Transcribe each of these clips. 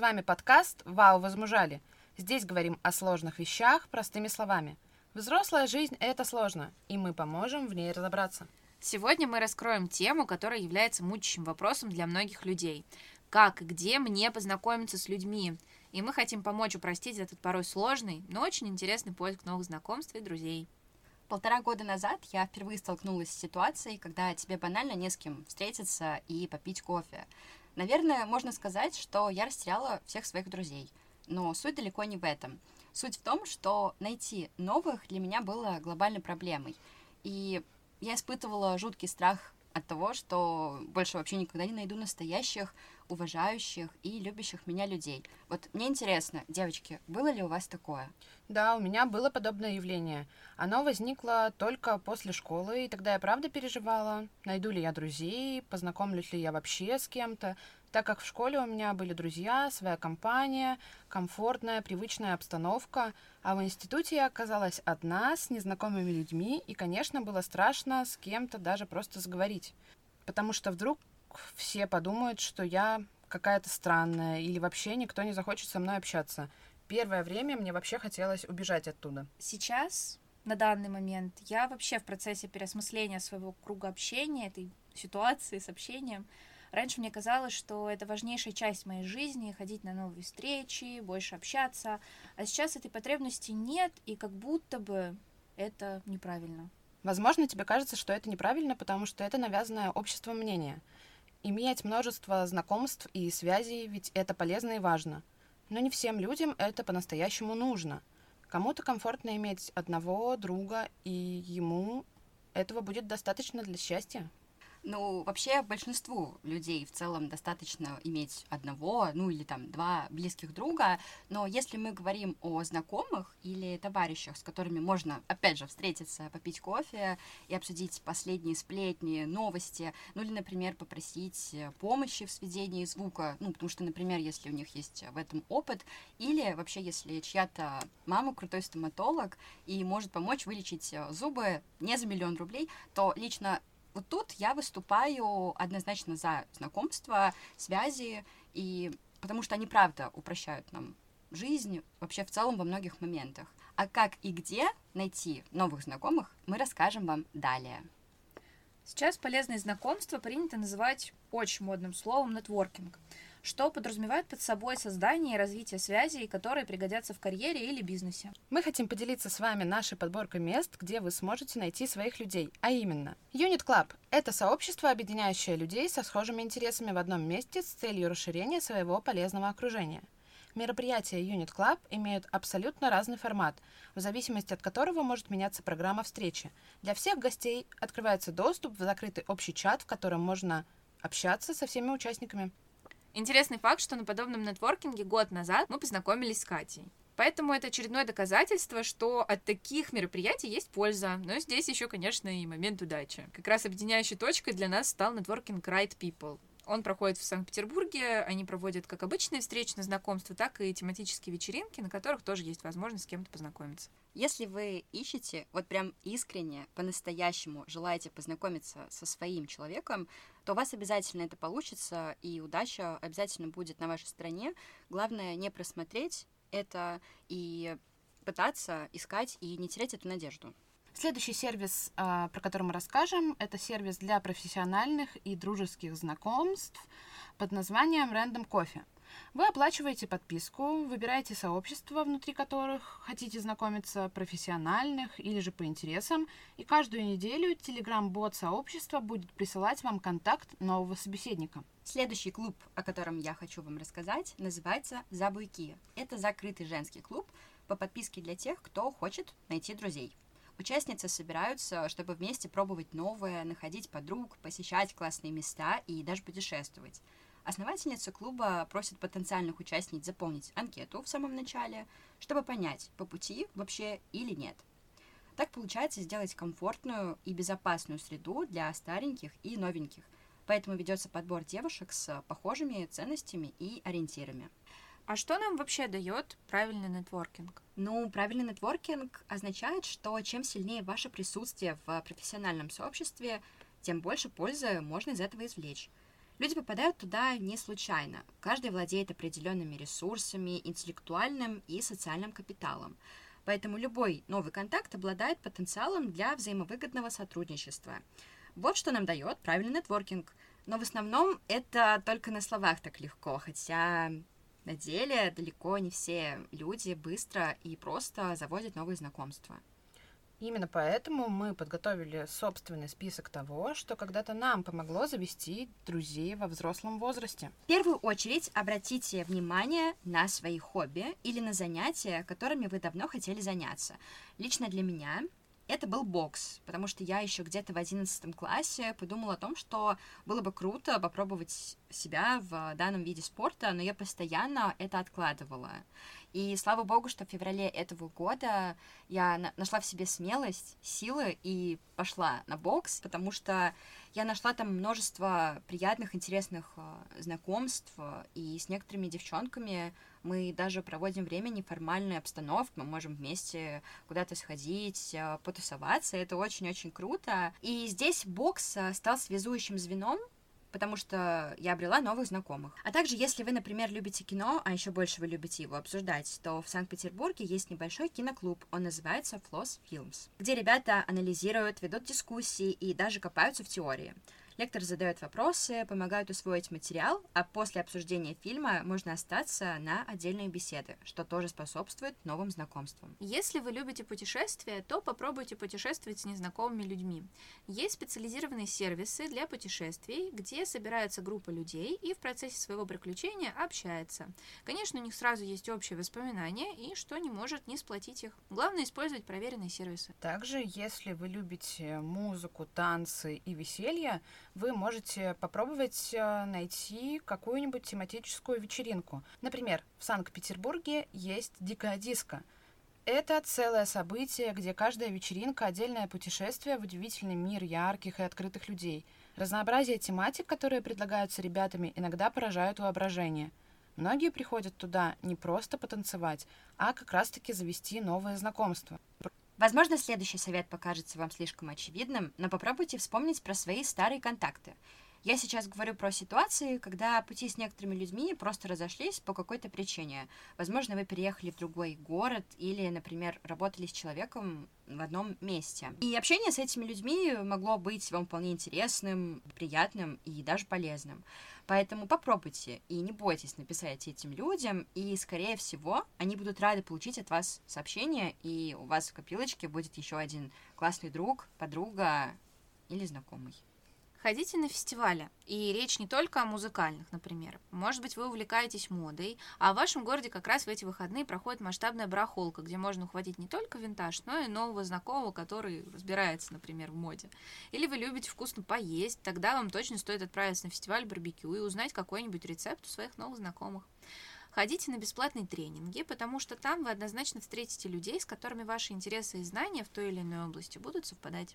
вами подкаст «Вау, возмужали». Здесь говорим о сложных вещах простыми словами. Взрослая жизнь – это сложно, и мы поможем в ней разобраться. Сегодня мы раскроем тему, которая является мучащим вопросом для многих людей. Как и где мне познакомиться с людьми? И мы хотим помочь упростить этот порой сложный, но очень интересный поиск новых знакомств и друзей. 1,5 года назад я впервые столкнулась с ситуацией, когда тебе банально не с кем встретиться и попить кофе. Наверное, можно сказать, что я растеряла всех своих друзей. Но суть далеко не в этом. Суть в том, что найти новых для меня было глобальной проблемой. И я испытывала жуткий страх от того, что больше вообще никогда не найду настоящих, уважающих и любящих меня людей. Вот мне интересно, девочки, было ли у вас такое? Да, у меня было подобное явление. Оно возникло только после школы, и тогда я правда переживала, найду ли я друзей, познакомлюсь ли я вообще с кем-то, так как в школе у меня были друзья, своя компания, комфортная, привычная обстановка, а в институте я оказалась одна с незнакомыми людьми, и, конечно, было страшно с кем-то даже просто заговорить, потому что вдруг все подумают, что я какая-то странная, или вообще никто не захочет со мной общаться. Первое время мне вообще хотелось убежать оттуда. Сейчас, на данный момент, я вообще в процессе переосмысления своего круга общения, этой ситуации с общением. Раньше мне казалось, что это важнейшая часть моей жизни, ходить на новые встречи, больше общаться. А сейчас этой потребности нет, и как будто бы это неправильно. Возможно, тебе кажется, что это неправильно, потому что это навязанное обществом мнение. Иметь множество знакомств и связей, ведь это полезно и важно. Но не всем людям это по-настоящему нужно. Кому-то комфортно иметь одного друга, и ему этого будет достаточно для счастья. Ну, вообще, большинству людей в целом достаточно иметь одного, ну или там 2 близких друга, но если мы говорим о знакомых или товарищах, с которыми можно, опять же, встретиться, попить кофе и обсудить последние сплетни, новости, ну или, например, попросить помощи в сведении звука, ну, потому что, например, если у них есть в этом опыт, или вообще, если чья-то мама крутой стоматолог и может помочь вылечить зубы не за 1 000 000 рублей, то лично вот тут я выступаю однозначно за знакомства, связи, и потому что они, правда, упрощают нам жизнь вообще в целом во многих моментах. А как и где найти новых знакомых, мы расскажем вам далее. Сейчас полезные знакомства принято называть очень модным словом «нетворкинг», что подразумевает под собой создание и развитие связей, которые пригодятся в карьере или бизнесе. Мы хотим поделиться с вами нашей подборкой мест, где вы сможете найти своих людей, а именно Unit Club – это сообщество, объединяющее людей со схожими интересами в одном месте с целью расширения своего полезного окружения. Мероприятия Unit Club имеют абсолютно разный формат, в зависимости от которого может меняться программа встречи. Для всех гостей открывается доступ в закрытый общий чат, в котором можно общаться со всеми участниками. Интересный факт, что на подобном нетворкинге год назад мы познакомились с Катей. Поэтому это очередное доказательство, что от таких мероприятий есть польза. Но здесь еще, конечно, и момент удачи. Как раз объединяющей точкой для нас стал нетворкинг Right People. Он проходит в Санкт-Петербурге, они проводят как обычные встречные знакомства, так и тематические вечеринки, на которых тоже есть возможность с кем-то познакомиться. Если вы ищете, вот прям искренне, по-настоящему желаете познакомиться со своим человеком, то у вас обязательно это получится, и удача обязательно будет на вашей стороне. Главное не просмотреть это и пытаться искать и не терять эту надежду. Следующий сервис, про который мы расскажем, это сервис для профессиональных и дружеских знакомств под названием Random Coffee. Вы оплачиваете подписку, выбираете сообщества, внутри которых хотите знакомиться, профессиональных или же по интересам, и каждую неделю Telegram-бот сообщества будет присылать вам контакт нового собеседника. Следующий клуб, о котором я хочу вам рассказать, называется «За буйки». Это закрытый женский клуб по подписке для тех, кто хочет найти друзей. Участницы собираются, чтобы вместе пробовать новое, находить подруг, посещать классные места и даже путешествовать. Основательница клуба просит потенциальных участниц заполнить анкету в самом начале, чтобы понять, по пути вообще или нет. Так получается сделать комфортную и безопасную среду для стареньких и новеньких, поэтому ведется подбор девушек с похожими ценностями и ориентирами. А что нам вообще дает правильный нетворкинг? Ну, правильный нетворкинг означает, что чем сильнее ваше присутствие в профессиональном сообществе, тем больше пользы можно из этого извлечь. Люди попадают туда не случайно. Каждый владеет определенными ресурсами, интеллектуальным и социальным капиталом. Поэтому любой новый контакт обладает потенциалом для взаимовыгодного сотрудничества. Вот что нам дает правильный нетворкинг. Но в основном это только на словах так легко, хотя на деле далеко не все люди быстро и просто заводят новые знакомства. Именно поэтому мы подготовили собственный список того, что когда-то нам помогло завести друзей во взрослом возрасте. В первую очередь обратите внимание на свои хобби или на занятия, которыми вы давно хотели заняться. Лично для меня это был бокс, потому что я еще где-то в 11 классе подумала о том, что было бы круто попробовать себя в данном виде спорта, но я постоянно это откладывала. И слава богу, что в феврале этого года я нашла в себе смелость, силы и пошла на бокс, потому что я нашла там множество приятных, интересных знакомств, и с некоторыми девчонками мы даже проводим время в неформальной обстановке, мы можем вместе куда-то сходить, потусоваться, это очень-очень круто. И здесь бокс стал связующим звеном, потому что я обрела новых знакомых. А также, если вы, например, любите кино, а еще больше вы любите его обсуждать, то в Санкт-Петербурге есть небольшой киноклуб, он называется Floss Films, где ребята анализируют, ведут дискуссии и даже копаются в теории. Лектор задает вопросы, помогают усвоить материал, а после обсуждения фильма можно остаться на отдельные беседы, что тоже способствует новым знакомствам. Если вы любите путешествия, то попробуйте путешествовать с незнакомыми людьми. Есть специализированные сервисы для путешествий, где собирается группа людей и в процессе своего приключения общается. Конечно, у них сразу есть общие воспоминания, и что не может не сплотить их. Главное использовать проверенные сервисы. Также, если вы любите музыку, танцы и веселье, вы можете попробовать найти какую-нибудь тематическую вечеринку. Например, в Санкт-Петербурге есть Дикая диско. Это целое событие, где каждая вечеринка — отдельное путешествие в удивительный мир ярких и открытых людей. Разнообразие тематик, которые предлагаются ребятами, иногда поражают воображение. Многие приходят туда не просто потанцевать, а как раз-таки завести новые знакомства. Возможно, следующий совет покажется вам слишком очевидным, но попробуйте вспомнить про свои старые контакты. Я сейчас говорю про ситуации, когда пути с некоторыми людьми просто разошлись по какой-то причине. Возможно, вы переехали в другой город или, например, работали с человеком в одном месте. И общение с этими людьми могло быть вам вполне интересным, приятным и даже полезным. Поэтому попробуйте и не бойтесь написать этим людям, и, скорее всего, они будут рады получить от вас сообщение, и у вас в копилочке будет еще один классный друг, подруга или знакомый. Ходите на фестивали, и речь не только о музыкальных, например. Может быть, вы увлекаетесь модой, а в вашем городе как раз в эти выходные проходит масштабная барахолка, где можно ухватить не только винтаж, но и нового знакомого, который разбирается, например, в моде. Или вы любите вкусно поесть, тогда вам точно стоит отправиться на фестиваль барбекю и узнать какой-нибудь рецепт у своих новых знакомых. Ходите на бесплатные тренинги, потому что там вы однозначно встретите людей, с которыми ваши интересы и знания в той или иной области будут совпадать.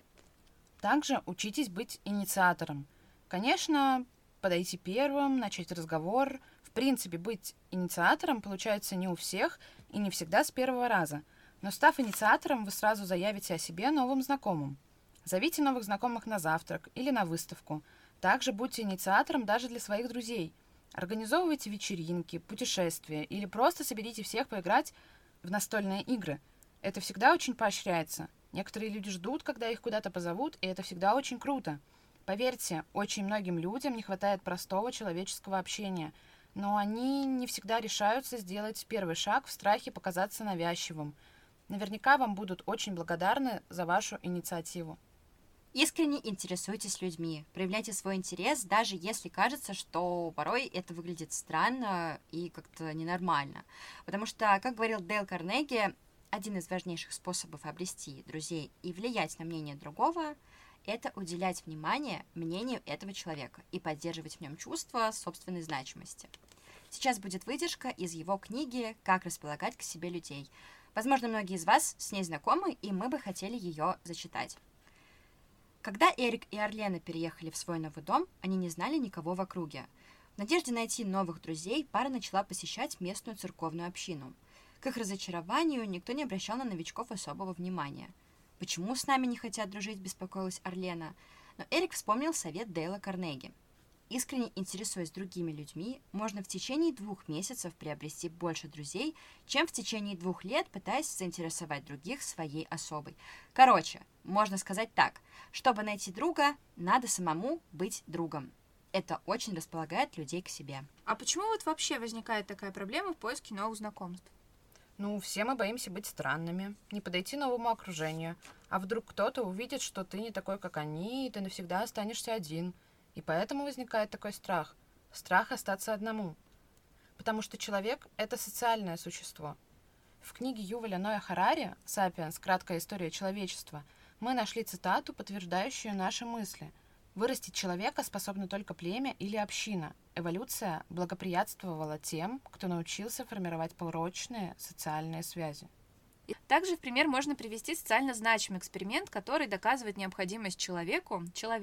Также учитесь быть инициатором. Конечно, подойти первым, начать разговор. В принципе, быть инициатором получается не у всех и не всегда с первого раза. Но став инициатором, вы сразу заявите о себе новым знакомым. Зовите новых знакомых на завтрак или на выставку. Также будьте инициатором даже для своих друзей. Организовывайте вечеринки, путешествия или просто соберите всех поиграть в настольные игры. Это всегда очень поощряется. Некоторые люди ждут, когда их куда-то позовут, и это всегда очень круто. Поверьте, очень многим людям не хватает простого человеческого общения, но они не всегда решаются сделать первый шаг в страхе показаться навязчивым. Наверняка вам будут очень благодарны за вашу инициативу. Искренне интересуйтесь людьми, проявляйте свой интерес, даже если кажется, что порой это выглядит странно и как-то ненормально. Потому что, как говорил Дейл Карнеги, один из важнейших способов обрести друзей и влиять на мнение другого – это уделять внимание мнению этого человека и поддерживать в нем чувство собственной значимости. Сейчас будет выдержка из его книги «Как располагать к себе людей». Возможно, многие из вас с ней знакомы, и мы бы хотели ее зачитать. Когда Эрик и Орлена переехали в свой новый дом, они не знали никого в округе. В надежде найти новых друзей пара начала посещать местную церковную общину. К их разочарованию никто не обращал на новичков особого внимания. «Почему с нами не хотят дружить?» – беспокоилась Орлена. Но Эрик вспомнил совет Дейла Карнеги. Искренне интересуясь другими людьми, можно в течение 2 месяцев приобрести больше друзей, чем в течение 2 лет, пытаясь заинтересовать других своей особой. Короче, можно сказать так: чтобы найти друга, надо самому быть другом. Это очень располагает людей к себе. А почему вот вообще возникает такая проблема в поиске новых знакомств? Все мы боимся быть странными, не подойти новому окружению. А вдруг кто-то увидит, что ты не такой, как они, и ты навсегда останешься один. И поэтому возникает такой страх. Страх остаться одному. Потому что человек — это социальное существо. В книге Юваля Ноя Харари «Сапиенс. Краткая история человечества» мы нашли цитату, подтверждающую наши мысли. Вырастить человека способно только племя или община. Эволюция благоприятствовала тем, кто научился формировать прочные социальные связи. Также в пример можно привести социально значимый эксперимент, который доказывает необходимость человека.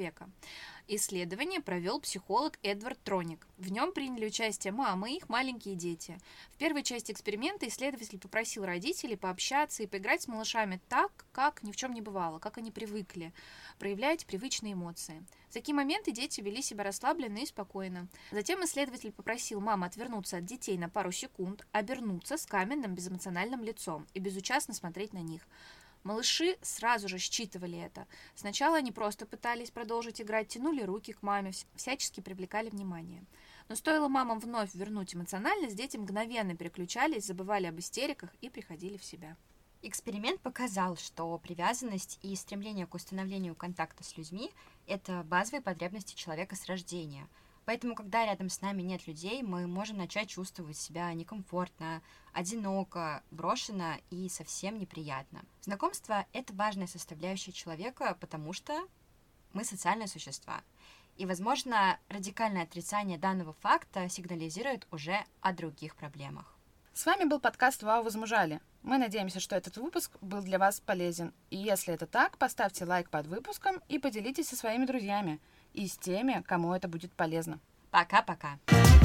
Исследование провел психолог Эдвард Троник. В нем приняли участие мамы и их маленькие дети. В первой части эксперимента исследователь попросил родителей пообщаться и поиграть с малышами так, как ни в чем не бывало, как они привыкли проявлять привычные эмоции. В такие моменты дети вели себя расслабленно и спокойно. Затем исследователь попросил мам отвернуться от детей на пару секунд, обернуться с каменным безэмоциональным лицом и безучастно смотреть на них. Малыши сразу же считывали это. Сначала они просто пытались продолжить играть, тянули руки к маме, всячески привлекали внимание. Но стоило мамам вновь вернуть эмоциональность, дети мгновенно переключались, забывали об истериках и приходили в себя. Эксперимент показал, что привязанность и стремление к установлению контакта с людьми — это базовые потребности человека с рождения. Поэтому, когда рядом с нами нет людей, мы можем начать чувствовать себя некомфортно, одиноко, брошенно и совсем неприятно. Знакомство — это важная составляющая человека, потому что мы социальные существа. И, возможно, радикальное отрицание данного факта сигнализирует уже о других проблемах. С вами был подкаст «Вау, возмужали». Мы надеемся, что этот выпуск был для вас полезен. И если это так, поставьте лайк под выпуском и поделитесь со своими друзьями и с теми, кому это будет полезно. Пока-пока.